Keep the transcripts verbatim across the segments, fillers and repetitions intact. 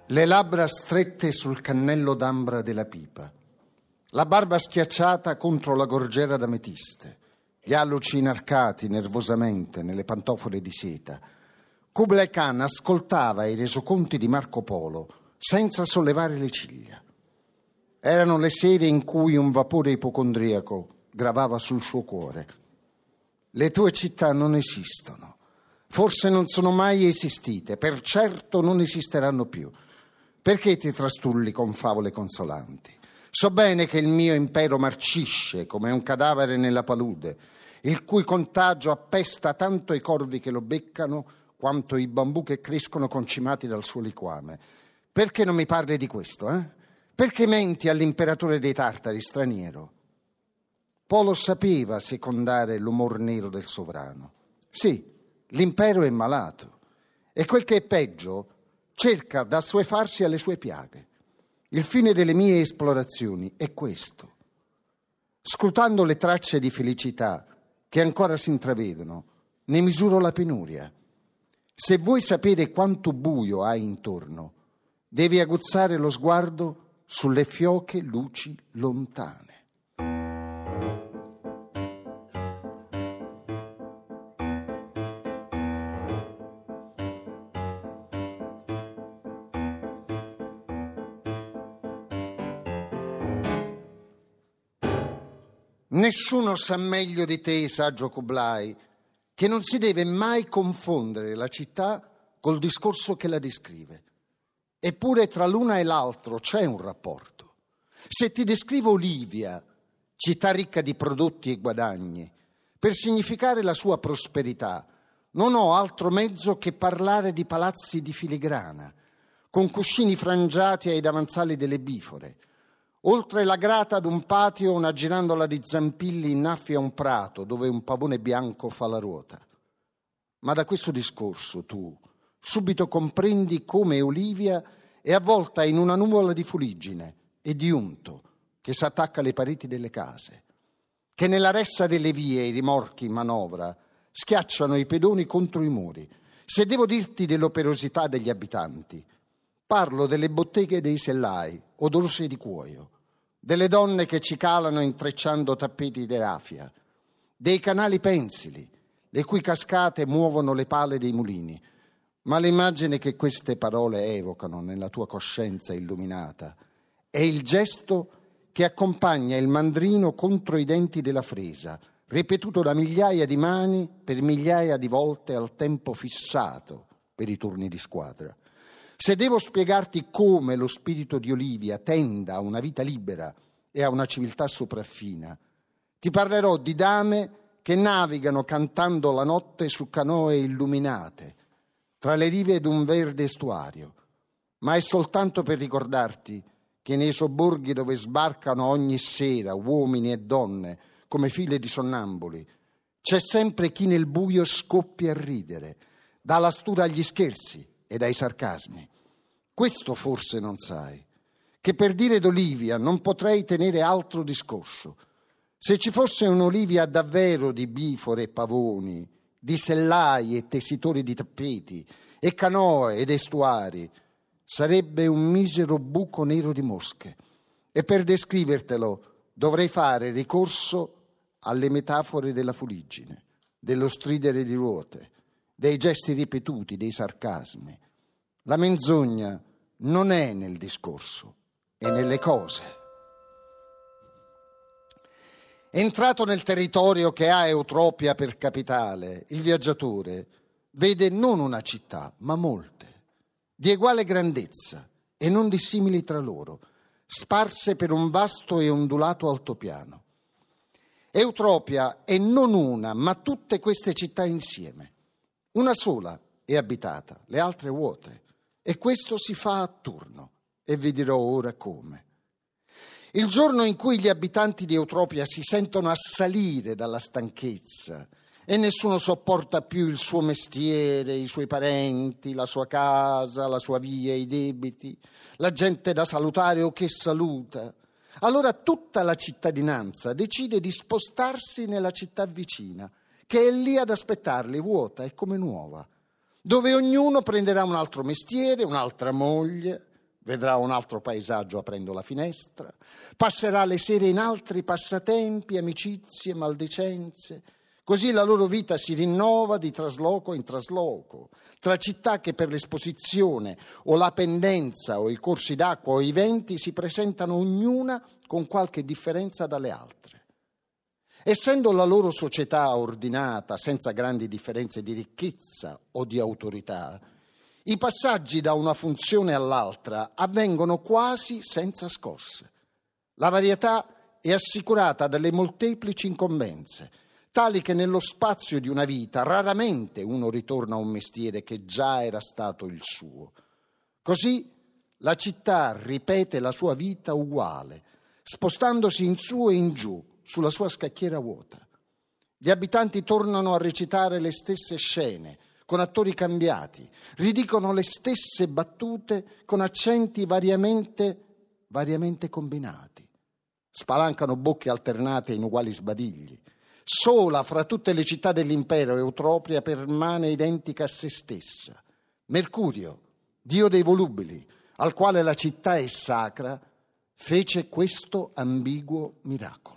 le labbra strette sul cannello d'ambra della pipa, la barba schiacciata contro la gorgiera d'ametiste, gli alluci inarcati nervosamente nelle pantofole di seta. Kublai Khan ascoltava i resoconti di Marco Polo senza sollevare le ciglia. Erano le sere in cui un vapore ipocondriaco gravava sul suo cuore. Le tue città non esistono, forse non sono mai esistite, per certo non esisteranno più. Perché ti trastulli con favole consolanti? So bene che il mio impero marcisce come un cadavere nella palude, il cui contagio appesta tanto i corvi che lo beccano quanto i bambù che crescono concimati dal suo liquame. Perché non mi parli di questo, eh? Perché menti all'imperatore dei tartari, straniero? Polo sapeva secondare l'umor nero del sovrano. Sì, l'impero è malato e quel che è peggio cerca d'assuefarsi alle sue piaghe. Il fine delle mie esplorazioni è questo. Scrutando le tracce di felicità che ancora si intravedono, ne misuro la penuria. Se vuoi sapere quanto buio hai intorno, devi aguzzare lo sguardo sulle fioche luci lontane. Nessuno sa meglio di te, saggio Kublai, che non si deve mai confondere la città col discorso che la descrive. Eppure tra l'una e l'altro c'è un rapporto. Se ti descrivo Olivia, città ricca di prodotti e guadagni, per significare la sua prosperità, non ho altro mezzo che parlare di palazzi di filigrana, con cuscini frangiati ai davanzali delle bifore. Oltre la grata d'un patio, una girandola di zampilli innaffia un prato dove un pavone bianco fa la ruota. Ma da questo discorso tu subito comprendi come Olivia è avvolta in una nuvola di fuliggine e di unto che s'attacca alle pareti delle case, che nella ressa delle vie i rimorchi in manovra schiacciano i pedoni contro i muri. Se devo dirti dell'operosità degli abitanti, parlo delle botteghe dei sellai, odorose di cuoio, delle donne che ci calano intrecciando tappeti di raffia, dei canali pensili, le cui cascate muovono le pale dei mulini. Ma l'immagine che queste parole evocano nella tua coscienza illuminata è il gesto che accompagna il mandrino contro i denti della fresa, ripetuto da migliaia di mani per migliaia di volte al tempo fissato per i turni di squadra. Se devo spiegarti come lo spirito di Olivia tenda a una vita libera e a una civiltà sopraffina, ti parlerò di dame che navigano cantando la notte su canoe illuminate tra le rive d'un verde estuario, ma è soltanto per ricordarti che nei sobborghi dove sbarcano ogni sera uomini e donne come file di sonnambuli, c'è sempre chi nel buio scoppia a ridere, dà la stura agli scherzi e dai sarcasmi. Questo forse non sai, che per dire d'Olivia non potrei tenere altro discorso. Se ci fosse un'Olivia davvero di bifore e pavoni, di sellai e tessitori di tappeti, e canoe ed estuari, sarebbe un misero buco nero di mosche. E per descrivertelo dovrei fare ricorso alle metafore della fuliggine, dello stridere di ruote, dei gesti ripetuti, dei sarcasmi. La menzogna non è nel discorso, è nelle cose. Entrato nel territorio che ha Eutropia per capitale, il viaggiatore vede non una città, ma molte, di uguale grandezza e non dissimili tra loro, sparse per un vasto e ondulato altopiano. Eutropia è non una, ma tutte queste città insieme. Una sola è abitata, le altre vuote. E questo si fa a turno, e vi dirò ora come. Il giorno in cui gli abitanti di Eutropia si sentono assalire dalla stanchezza e nessuno sopporta più il suo mestiere, i suoi parenti, la sua casa, la sua via, i debiti, la gente da salutare o che saluta, allora tutta la cittadinanza decide di spostarsi nella città vicina, che è lì ad aspettarli, vuota e come nuova, dove ognuno prenderà un altro mestiere, un'altra moglie, vedrà un altro paesaggio aprendo la finestra, passerà le sere in altri passatempi, amicizie, maldicenze. Così la loro vita si rinnova di trasloco in trasloco, tra città che per l'esposizione o la pendenza o i corsi d'acqua o i venti si presentano ognuna con qualche differenza dalle altre. Essendo la loro società ordinata, senza grandi differenze di ricchezza o di autorità, i passaggi da una funzione all'altra avvengono quasi senza scosse. La varietà è assicurata dalle molteplici incombenze, tali che nello spazio di una vita raramente uno ritorna a un mestiere che già era stato il suo. Così la città ripete la sua vita uguale, spostandosi in su e in giù sulla sua scacchiera vuota. Gli abitanti tornano a recitare le stesse scene, con attori cambiati, ridicono le stesse battute con accenti variamente, variamente combinati. Spalancano bocche alternate in uguali sbadigli. Sola fra tutte le città dell'impero Eutropia permane identica a se stessa. Mercurio, dio dei volubili, al quale la città è sacra, fece questo ambiguo miracolo.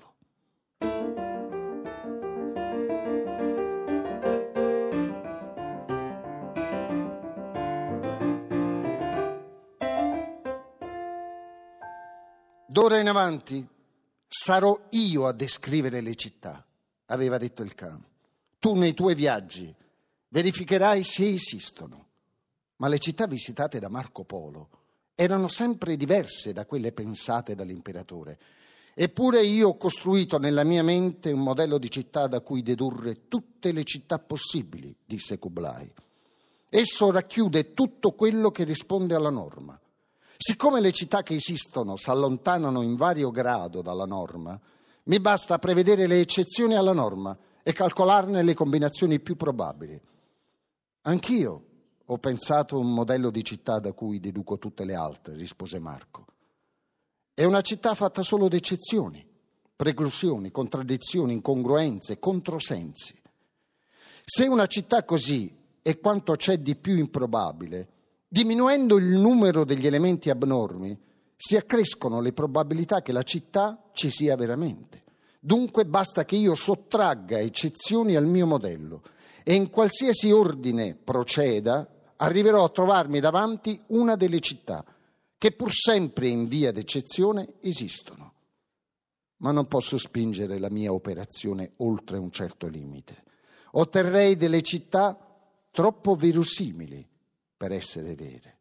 D'ora in avanti sarò io a descrivere le città, aveva detto il Khan. Tu nei tuoi viaggi verificherai se esistono. Ma le città visitate da Marco Polo erano sempre diverse da quelle pensate dall'imperatore. Eppure io ho costruito nella mia mente un modello di città da cui dedurre tutte le città possibili, disse Kublai. Esso racchiude tutto quello che risponde alla norma. Siccome le città che esistono si allontanano in vario grado dalla norma, mi basta prevedere le eccezioni alla norma e calcolarne le combinazioni più probabili. Anch'io ho pensato un modello di città da cui deduco tutte le altre, rispose Marco. È una città fatta solo di eccezioni, preclusioni, contraddizioni, incongruenze, controsensi. Se una città così è quanto c'è di più improbabile, diminuendo il numero degli elementi abnormi, si accrescono le probabilità che la città ci sia veramente. Dunque basta che io sottragga eccezioni al mio modello e in qualsiasi ordine proceda, arriverò a trovarmi davanti una delle città che pur sempre in via d'eccezione esistono. Ma non posso spingere la mia operazione oltre un certo limite. Otterrei delle città troppo verosimili per essere vere.